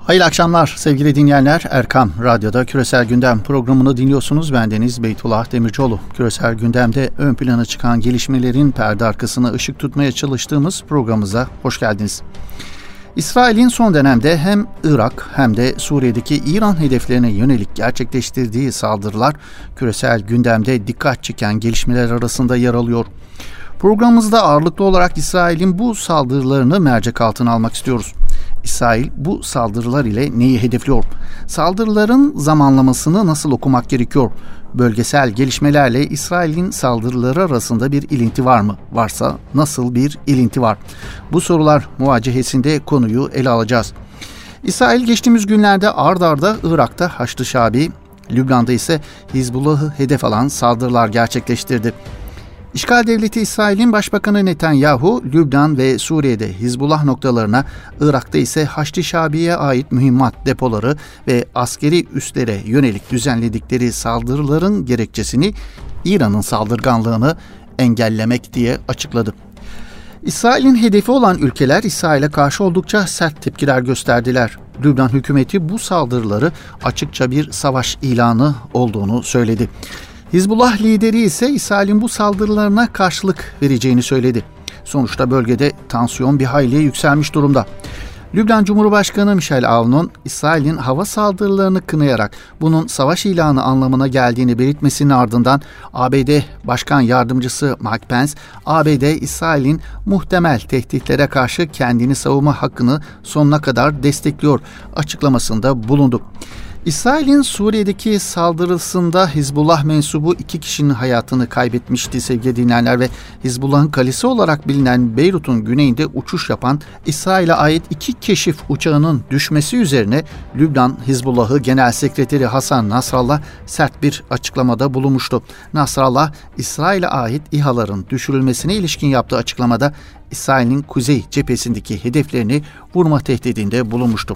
Hayırlı akşamlar sevgili dinleyenler. Erkam Radyo'da Küresel Gündem programını dinliyorsunuz. Bendeniz Beytullah Demircioğlu. Küresel Gündem'de ön plana çıkan gelişmelerin perde arkasına ışık tutmaya çalıştığımız programımıza hoş geldiniz. İsrail'in son dönemde hem Irak hem de Suriye'deki İran hedeflerine yönelik gerçekleştirdiği saldırılar küresel gündemde dikkat çeken gelişmeler arasında yer alıyor. Programımızda ağırlıklı olarak İsrail'in bu saldırılarını mercek altına almak istiyoruz. İsrail bu saldırılar ile neyi hedefliyor? Saldırıların zamanlamasını nasıl okumak gerekiyor? Bölgesel gelişmelerle İsrail'in saldırıları arasında bir ilinti var mı? Varsa nasıl bir ilinti var? Bu sorular muvacehesinde konuyu ele alacağız. İsrail geçtiğimiz günlerde ard arda Irak'ta Haçlı Şabi, Lübnan'da ise Hizbullah'ı hedef alan saldırılar gerçekleştirdi. İşgal devleti İsrail'in Başbakanı Netanyahu, Lübnan ve Suriye'de Hizbullah noktalarına, Irak'ta ise Haçlı Şabi'ye ait mühimmat depoları ve askeri üslere yönelik düzenledikleri saldırıların gerekçesini İran'ın saldırganlığını engellemek diye açıkladı. İsrail'in hedefi olan ülkeler İsrail'e karşı oldukça sert tepkiler gösterdiler. Lübnan hükümeti bu saldırıları açıkça bir savaş ilanı olduğunu söyledi. Hizbullah lideri ise İsrail'in bu saldırılarına karşılık vereceğini söyledi. Sonuçta bölgede tansiyon bir hayli yükselmiş durumda. Lübnan Cumhurbaşkanı Michel Aoun'un İsrail'in hava saldırılarını kınayarak bunun savaş ilanı anlamına geldiğini belirtmesinin ardından ABD Başkan Yardımcısı Mike Pence, ABD İsrail'in muhtemel tehditlere karşı kendini savunma hakkını sonuna kadar destekliyor açıklamasında bulundu. İsrail'in Suriye'deki saldırısında Hizbullah mensubu 2 kişinin hayatını kaybetmişti sevgili dinleyenler ve Hizbullah'ın kalesi olarak bilinen Beyrut'un güneyinde uçuş yapan İsrail'e ait 2 keşif uçağının düşmesi üzerine Lübnan Hizbullah'ı Genel Sekreteri Hasan Nasrallah sert bir açıklamada bulunmuştu. Nasrallah, İsrail'e ait İHA'ların düşürülmesine ilişkin yaptığı açıklamada İsrail'in kuzey cephesindeki hedeflerini vurma tehdidinde bulunmuştu.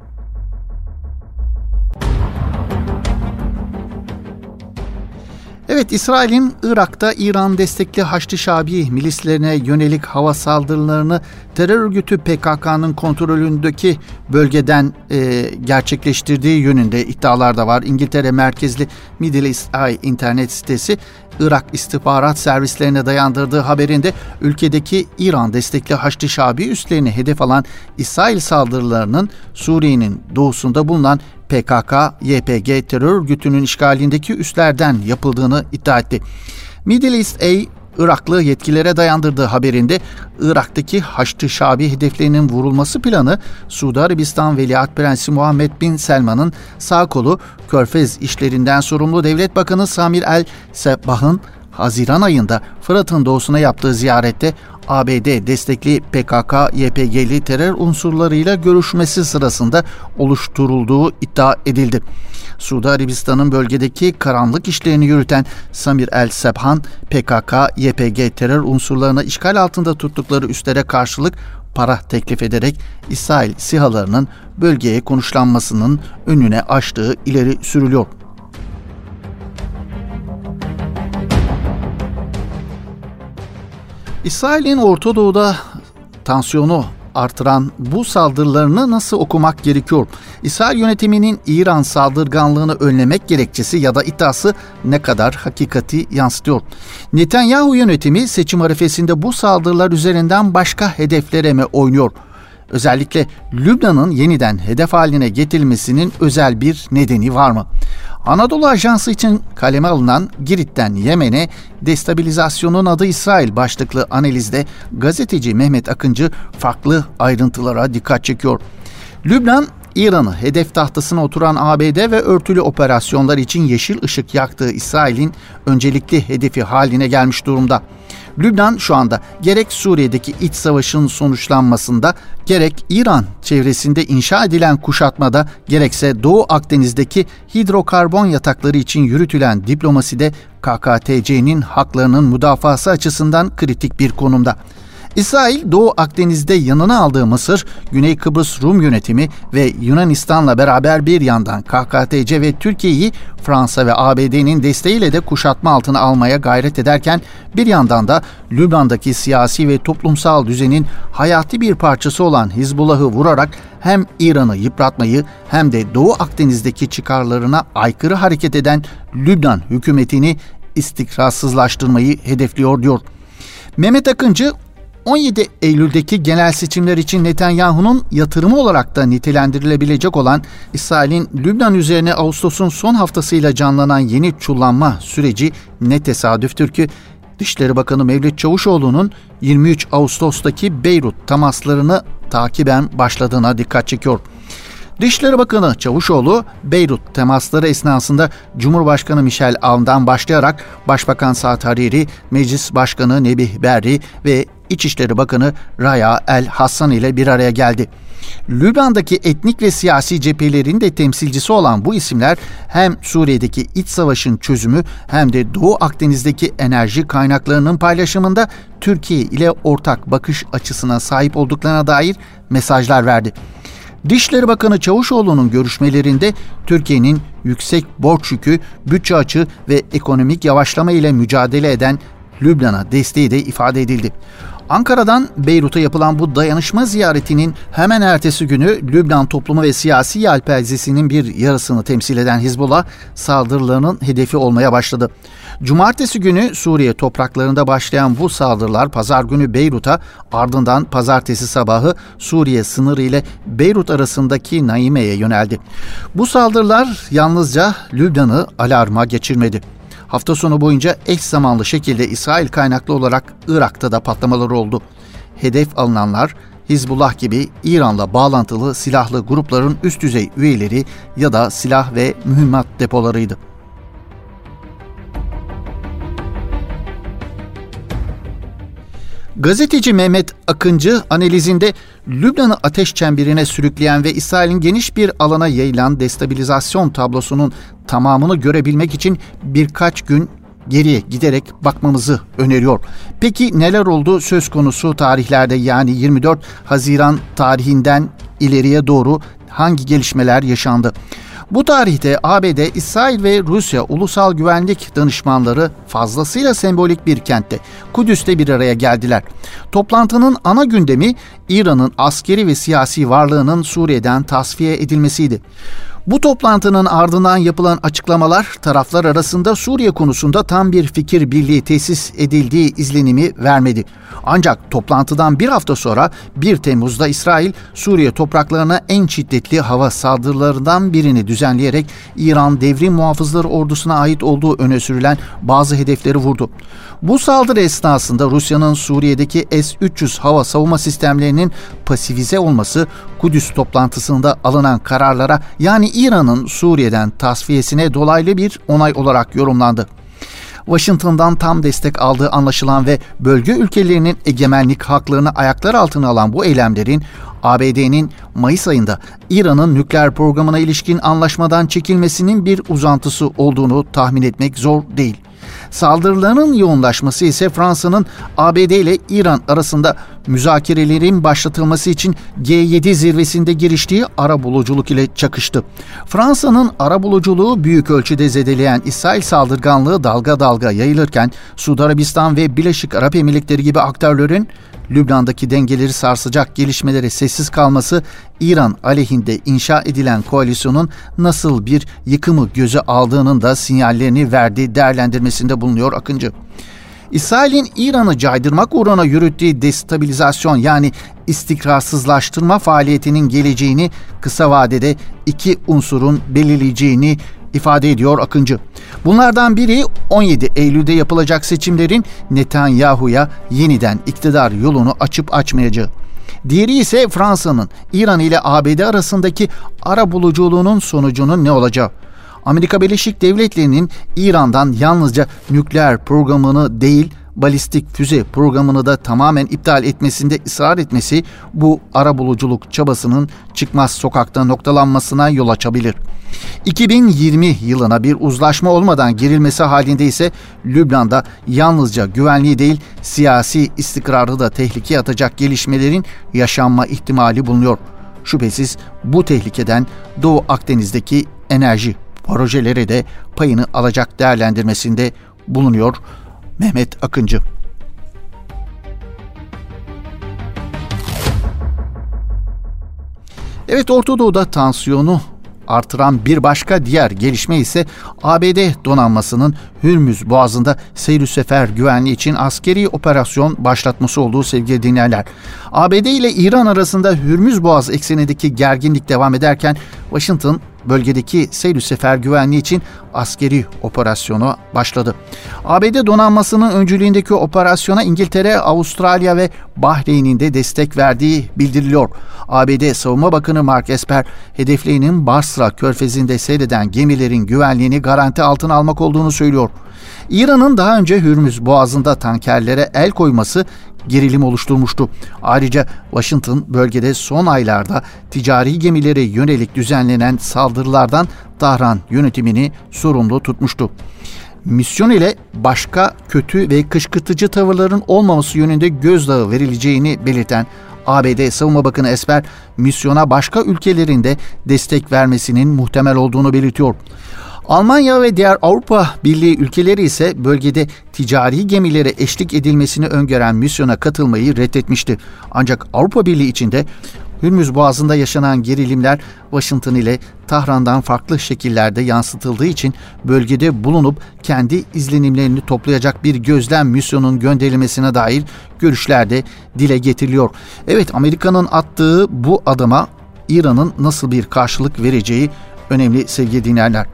Evet, İsrail'in Irak'ta İran destekli Haçlı Şabi milislerine yönelik hava saldırılarını terör örgütü PKK'nın kontrolündeki bölgeden gerçekleştirdiği yönünde iddialar da var. İngiltere merkezli Middle East Eye internet sitesi Irak istihbarat servislerine dayandırdığı haberinde ülkedeki İran destekli Haçlı Şabi üslerini hedef alan İsrail saldırılarının Suriye'nin doğusunda bulunan PKK-YPG terör örgütünün işgalindeki üslerden yapıldığını iddia etti. Middle East Eye, Iraklı yetkililere dayandırdığı haberinde Irak'taki Haçlı Şabi hedeflerinin vurulması planı Suudi Arabistan Veliaht Prensi Muhammed Bin Selman'ın sağ kolu Körfez işlerinden sorumlu Devlet Bakanı Samir El-Sebbah'ın Haziran ayında Fırat'ın doğusuna yaptığı ziyarette ABD destekli PKK-YPG'li terör unsurlarıyla görüşmesi sırasında oluşturulduğu iddia edildi. Suudi Arabistan'ın bölgedeki karanlık işlerini yürüten Samir El-Sebhan, PKK-YPG terör unsurlarına işgal altında tuttukları üslere karşılık para teklif ederek İsrail SİHA'larının bölgeye konuşlanmasının önüne açtığı ileri sürülüyor. İsrail'in Orta Doğu'da tansiyonu artıran bu saldırılarını nasıl okumak gerekiyor? İsrail yönetiminin İran saldırganlığını önlemek gerekçesi ya da iddiası ne kadar hakikati yansıtıyor? Netanyahu yönetimi seçim arifesinde bu saldırılar üzerinden başka hedeflere mi oynuyor? Özellikle Lübnan'ın yeniden hedef haline getirilmesinin özel bir nedeni var mı? Anadolu Ajansı için kaleme alınan Girit'ten Yemen'e destabilizasyonun adı İsrail başlıklı analizde gazeteci Mehmet Akıncı farklı ayrıntılara dikkat çekiyor. Lübnan, İran'ı hedef tahtasına oturan ABD ve örtülü operasyonlar için yeşil ışık yaktığı İsrail'in öncelikli hedefi haline gelmiş durumda. Lübnan şu anda gerek Suriye'deki iç savaşın sonuçlanmasında, gerek İran çevresinde inşa edilen kuşatmada, gerekse Doğu Akdeniz'deki hidrokarbon yatakları için yürütülen diplomaside KKTC'nin haklarının müdafası açısından kritik bir konumda. İsrail, Doğu Akdeniz'de yanına aldığı Mısır, Güney Kıbrıs Rum yönetimi ve Yunanistan'la beraber bir yandan KKTC ve Türkiye'yi Fransa ve ABD'nin desteğiyle de kuşatma altına almaya gayret ederken, bir yandan da Lübnan'daki siyasi ve toplumsal düzenin hayati bir parçası olan Hizbullah'ı vurarak hem İran'ı yıpratmayı hem de Doğu Akdeniz'deki çıkarlarına aykırı hareket eden Lübnan hükümetini istikrarsızlaştırmayı hedefliyor diyor. Mehmet Akıncı, 17 Eylül'deki genel seçimler için Netanyahu'nun yatırımı olarak da nitelendirilebilecek olan İsrail'in Lübnan üzerine Ağustos'un son haftasıyla canlanan yeni çullanma süreci ne tesadüftür ki Dışişleri Bakanı Mevlüt Çavuşoğlu'nun 23 Ağustos'taki Beyrut temaslarını takiben başladığına dikkat çekiyor. Dışişleri Bakanı Çavuşoğlu, Beyrut temasları esnasında Cumhurbaşkanı Michel Aoun'dan başlayarak Başbakan Saad Hariri, Meclis Başkanı Nebih Berri ve İçişleri Bakanı Raya El Hassan ile bir araya geldi. Lübnan'daki etnik ve siyasi cephelerin de temsilcisi olan bu isimler hem Suriye'deki iç savaşın çözümü hem de Doğu Akdeniz'deki enerji kaynaklarının paylaşımında Türkiye ile ortak bakış açısına sahip olduklarına dair mesajlar verdi. Dışişleri Bakanı Çavuşoğlu'nun görüşmelerinde Türkiye'nin yüksek borç yükü, bütçe açığı ve ekonomik yavaşlama ile mücadele eden Lübnan'a desteği de ifade edildi. Ankara'dan Beyrut'a yapılan bu dayanışma ziyaretinin hemen ertesi günü Lübnan toplumu ve siyasi yelpazesinin bir yarısını temsil eden Hizbullah saldırılarının hedefi olmaya başladı. Cumartesi günü Suriye topraklarında başlayan bu saldırılar pazar günü Beyrut'a, ardından pazartesi sabahı Suriye sınırı ile Beyrut arasındaki Naime'ye yöneldi. Bu saldırılar yalnızca Lübnan'ı alarma geçirmedi. Hafta sonu boyunca eş zamanlı şekilde İsrail kaynaklı olarak Irak'ta da patlamalar oldu. Hedef alınanlar Hizbullah gibi İran'la bağlantılı silahlı grupların üst düzey üyeleri ya da silah ve mühimmat depolarıydı. Gazeteci Mehmet Akıncı analizinde Lübnan'ı ateş çemberine sürükleyen ve İsrail'in geniş bir alana yayılan destabilizasyon tablosunun tamamını görebilmek için birkaç gün geriye giderek bakmamızı öneriyor. Peki neler oldu söz konusu tarihlerde, yani 24 Haziran tarihinden ileriye doğru hangi gelişmeler yaşandı? Bu tarihte ABD, İsrail ve Rusya ulusal güvenlik danışmanları fazlasıyla sembolik bir kentte, Kudüs'te bir araya geldiler. Toplantının ana gündemi İran'ın askeri ve siyasi varlığının Suriye'den tasfiye edilmesiydi. Bu toplantının ardından yapılan açıklamalar taraflar arasında Suriye konusunda tam bir fikir birliği tesis edildiği izlenimi vermedi. Ancak toplantıdan bir hafta sonra 1 Temmuz'da İsrail, Suriye topraklarına en şiddetli hava saldırılarından birini düzenleyerek İran Devrim Muhafızları Ordusu'na ait olduğu öne sürülen bazı hedefleri vurdu. Bu saldırı esnasında Rusya'nın Suriye'deki S-300 hava savunma sistemlerinin pasifize olması, Kudüs toplantısında alınan kararlara, yani İran'ın Suriye'den tasfiyesine dolaylı bir onay olarak yorumlandı. Washington'dan tam destek aldığı anlaşılan ve bölge ülkelerinin egemenlik haklarını ayaklar altına alan bu eylemlerin ABD'nin Mayıs ayında İran'ın nükleer programına ilişkin anlaşmadan çekilmesinin bir uzantısı olduğunu tahmin etmek zor değil. Saldırıların yoğunlaşması ise Fransa'nın ABD ile İran arasında müzakerelerin başlatılması için G7 zirvesinde giriştiği arabuluculuk ile çakıştı. Fransa'nın arabuluculuğu büyük ölçüde zedeleyen İsrail saldırganlığı dalga dalga yayılırken Suudi Arabistan ve Birleşik Arap Emirlikleri gibi aktörlerin Lübnan'daki dengeleri sarsacak gelişmelere sessiz kalması, İran aleyhinde inşa edilen koalisyonun nasıl bir yıkımı göze aldığının da sinyallerini verdiği değerlendirmesinde bulunuyor Akıncı. İsrail'in İran'ı caydırmak uğruna yürüttüğü destabilizasyon, yani istikrarsızlaştırma faaliyetinin geleceğini kısa vadede iki unsurun belirleyeceğini ifade ediyor Akıncı. Bunlardan biri 17 Eylül'de yapılacak seçimlerin Netanyahu'ya yeniden iktidar yolunu açıp açmayacağı. Diğeri ise Fransa'nın İran ile ABD arasındaki arabuluculuğunun sonucunun ne olacağı. Amerika Birleşik Devletleri'nin İran'dan yalnızca nükleer programını değil, balistik füze programını da tamamen iptal etmesinde ısrar etmesi bu arabuluculuk çabasının çıkmaz sokakta noktalanmasına yol açabilir. 2020 yılına bir uzlaşma olmadan girilmesi halinde ise Lübnan'da yalnızca güvenliği değil siyasi istikrarı da tehlikeye atacak gelişmelerin yaşanma ihtimali bulunuyor. Şüphesiz bu tehlikeden Doğu Akdeniz'deki enerji projeleri de payını alacak değerlendirmesinde bulunuyor Mehmet Akıncı. Evet, Orta Doğu'da tansiyonu artıran bir başka diğer gelişme ise ABD donanmasının Hürmüz Boğazı'nda seyir sefer güvenliği için askeri operasyon başlatması olduğu sevgili dinleyenler. ABD ile İran arasında Hürmüz Boğazı eksenindeki gerginlik devam ederken Washington bölgedeki seyir sefer güvenliği için askeri operasyonu başladı. ABD donanmasının öncülüğündeki operasyona İngiltere, Avustralya ve Bahreyn'in de destek verdiği bildiriliyor. ABD Savunma Bakanı Mark Esper, hedeflerinin Basra Körfezi'nde seyreden gemilerin güvenliğini garanti altına almak olduğunu söylüyor. İran'ın daha önce Hürmüz Boğazı'nda tankerlere el koyması gerilim oluşturmuştu. Ayrıca Washington bölgede son aylarda ticari gemilere yönelik düzenlenen saldırılardan Tahran yönetimini sorumlu tutmuştu. Misyon ile başka kötü ve kışkırtıcı tavırların olmaması yönünde gözdağı verileceğini belirten ABD Savunma Bakanı Esper, misyona başka ülkelerin de destek vermesinin muhtemel olduğunu belirtiyor. Almanya ve diğer Avrupa Birliği ülkeleri ise bölgede ticari gemilere eşlik edilmesini öngören misyona katılmayı reddetmişti. Ancak Avrupa Birliği içinde Hürmüz Boğazı'nda yaşanan gerilimler Washington ile Tahran'dan farklı şekillerde yansıtıldığı için bölgede bulunup kendi izlenimlerini toplayacak bir gözlem misyonunun gönderilmesine dair görüşler de dile getiriliyor. Evet, Amerika'nın attığı bu adıma İran'ın nasıl bir karşılık vereceği önemli sevgili dinleyenler.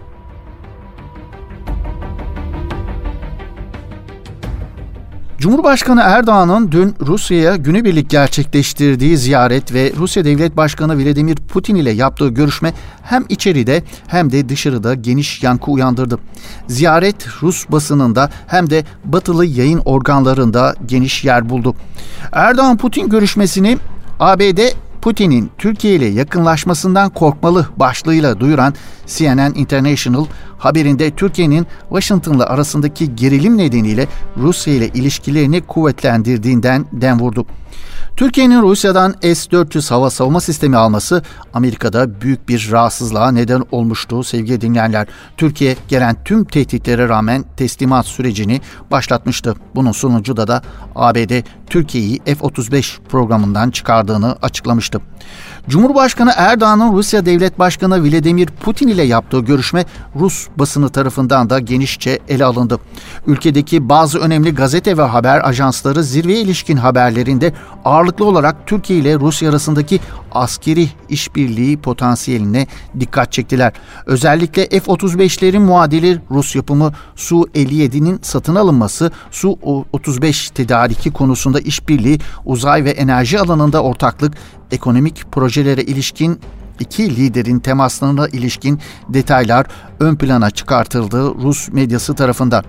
Cumhurbaşkanı Erdoğan'ın dün Rusya'ya günübirlik gerçekleştirdiği ziyaret ve Rusya Devlet Başkanı Vladimir Putin ile yaptığı görüşme hem içeride hem de dışarıda geniş yankı uyandırdı. Ziyaret Rus basınında hem de batılı yayın organlarında geniş yer buldu. Erdoğan-Putin görüşmesini ABD Putin'in Türkiye ile yakınlaşmasından korkmalı başlığıyla duyuran CNN International haberinde Türkiye'nin Washington'la arasındaki gerilim nedeniyle Rusya ile ilişkilerini kuvvetlendirdiğinden dem vurdu. Türkiye'nin Rusya'dan S-400 hava savunma sistemi alması Amerika'da büyük bir rahatsızlığa neden olmuştu sevgili dinleyenler. Türkiye gelen tüm tehditlere rağmen teslimat sürecini başlatmıştı. Bunun sonucunda da ABD Türkiye'yi F-35 programından çıkardığını açıklamıştı. Cumhurbaşkanı Erdoğan'ın Rusya Devlet Başkanı Vladimir Putin ile yaptığı görüşme Rus basını tarafından da genişçe ele alındı. Ülkedeki bazı önemli gazete ve haber ajansları zirveye ilişkin haberlerinde ağırlıklı olarak Türkiye ile Rusya arasındaki askeri işbirliği potansiyeline dikkat çektiler. Özellikle F-35'lerin muadili Rus yapımı Su-57'nin satın alınması, Su-35 tedariki konusunda işbirliği, uzay ve enerji alanında ortaklık, ekonomik projelere ilişkin iki liderin temaslarına ilişkin detaylar ön plana çıkartıldı Rus medyası tarafından.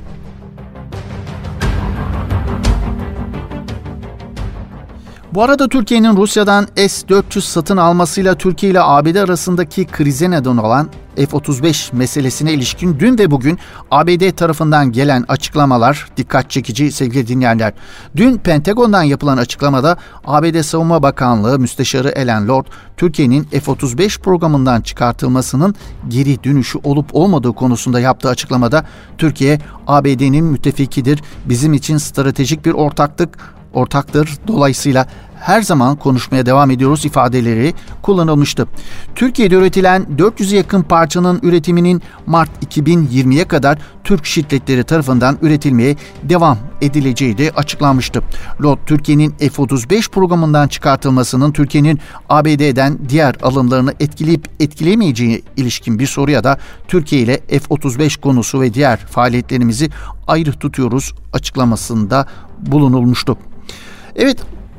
Bu arada Türkiye'nin Rusya'dan S-400 satın almasıyla Türkiye ile ABD arasındaki krize neden olan F-35 meselesine ilişkin dün ve bugün ABD tarafından gelen açıklamalar dikkat çekici sevgili dinleyenler. Dün Pentagon'dan yapılan açıklamada ABD Savunma Bakanlığı Müsteşarı Alan Lord, Türkiye'nin F-35 programından çıkartılmasının geri dönüşü olup olmadığı konusunda yaptığı açıklamada Türkiye, ABD'nin müttefikidir, bizim için stratejik bir ortaktır. Dolayısıyla her zaman konuşmaya devam ediyoruz ifadeleri kullanılmıştı. Türkiye'de üretilen 400'e yakın parçanın üretiminin Mart 2020'ye kadar Türk şirketleri tarafından üretilmeye devam edileceği de açıklanmıştı. Lord, Türkiye'nin F-35 programından çıkartılmasının Türkiye'nin ABD'den diğer alımlarını etkileyip etkilemeyeceği ilişkin bir soruya da Türkiye ile F-35 konusu ve diğer faaliyetlerimizi ayrı tutuyoruz açıklamasında bulunulmuştu. Evet,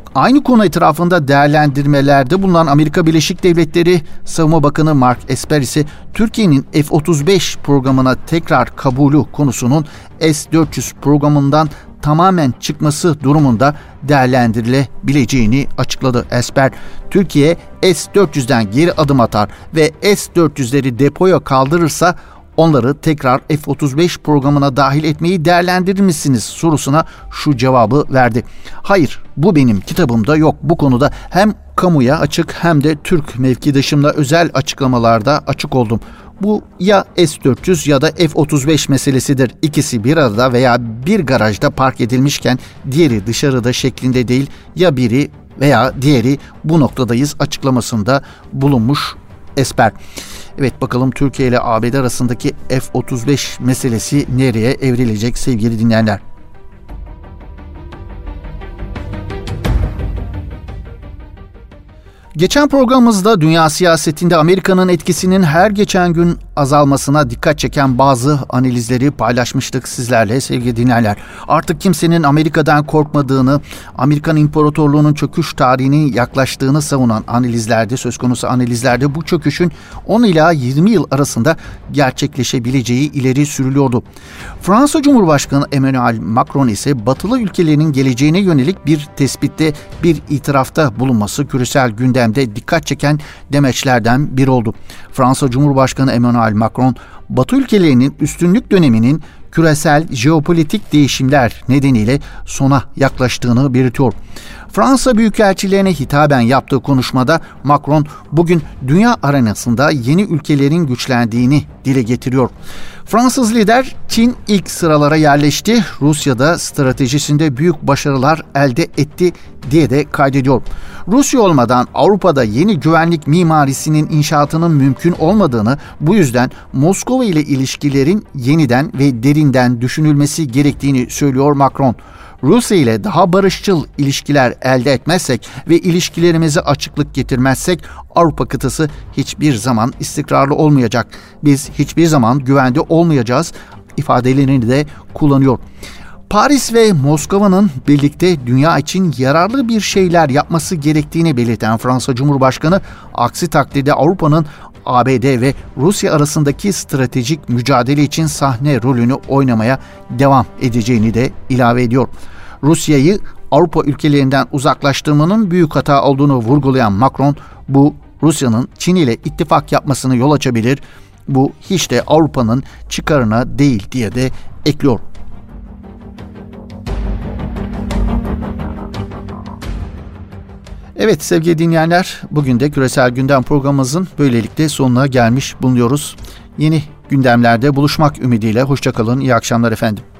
Aynı konu etrafında değerlendirmelerde bulunan Amerika Birleşik Devletleri Savunma Bakanı Mark Esper ise Türkiye'nin F-35 programına tekrar kabulü konusunun S-400 programından tamamen çıkması durumunda değerlendirilebileceğini açıkladı. Esper, Türkiye S-400'den geri adım atar ve S-400'leri depoya kaldırırsa onları tekrar F-35 programına dahil etmeyi değerlendirir misiniz sorusuna şu cevabı verdi. Hayır, bu benim kitabımda yok. Bu konuda hem kamuya açık hem de Türk mevkidaşımla özel açıklamalarda açık oldum. Bu ya S-400 ya da F-35 meselesidir. İkisi bir arada veya bir garajda park edilmişken diğeri dışarıda şeklinde değil, ya biri veya diğeri bu noktadayız açıklamasında bulunmuş Esper. Evet, bakalım Türkiye ile ABD arasındaki F-35 meselesi nereye evrilecek sevgili dinleyenler? Geçen programımızda dünya siyasetinde Amerika'nın etkisinin her geçen gün azalmasına dikkat çeken bazı analizleri paylaşmıştık sizlerle sevgili dinleyenler. Artık kimsenin Amerika'dan korkmadığını, Amerikan İmparatorluğu'nun çöküş tarihinin yaklaştığını savunan söz konusu analizlerde bu çöküşün 10 ila 20 yıl arasında gerçekleşebileceği ileri sürülüyordu. Fransa Cumhurbaşkanı Emmanuel Macron ise batılı ülkelerin geleceğine yönelik bir tespitte, bir itirafta bulunması küresel gündemde dikkat çeken demeçlerden biri oldu. Fransa Cumhurbaşkanı Emmanuel Macron, Batı ülkelerinin üstünlük döneminin küresel jeopolitik değişimler nedeniyle sona yaklaştığını belirtiyor. Fransa Büyükelçilerine hitaben yaptığı konuşmada Macron bugün dünya arenasında yeni ülkelerin güçlendiğini dile getiriyor. Fransız lider Çin ilk sıralara yerleşti, Rusya'da stratejisinde büyük başarılar elde etti diye de kaydediyor. Rusya olmadan Avrupa'da yeni güvenlik mimarisinin inşaatının mümkün olmadığını, bu yüzden Moskova ile ilişkilerin yeniden ve derinden düşünülmesi gerektiğini söylüyor Macron. Rusya ile daha barışçıl ilişkiler elde etmezsek ve ilişkilerimize açıklık getirmezsek Avrupa kıtası hiçbir zaman istikrarlı olmayacak. Biz hiçbir zaman güvende olmayacağız ifadelerini de kullanıyor. Paris ve Moskova'nın birlikte dünya için yararlı bir şeyler yapması gerektiğini belirten Fransa Cumhurbaşkanı, aksi takdirde Avrupa'nın ABD ve Rusya arasındaki stratejik mücadele için sahne rolünü oynamaya devam edeceğini de ilave ediyor. Rusya'yı Avrupa ülkelerinden uzaklaştırmanın büyük hata olduğunu vurgulayan Macron, bu Rusya'nın Çin ile ittifak yapmasını yol açabilir, bu hiç de Avrupa'nın çıkarına değil diye de ekliyor. Evet sevgili dinleyenler, bugün de Küresel Gündem programımızın böylelikle sonuna gelmiş bulunuyoruz. Yeni gündemlerde buluşmak ümidiyle hoşça kalın, iyi akşamlar efendim.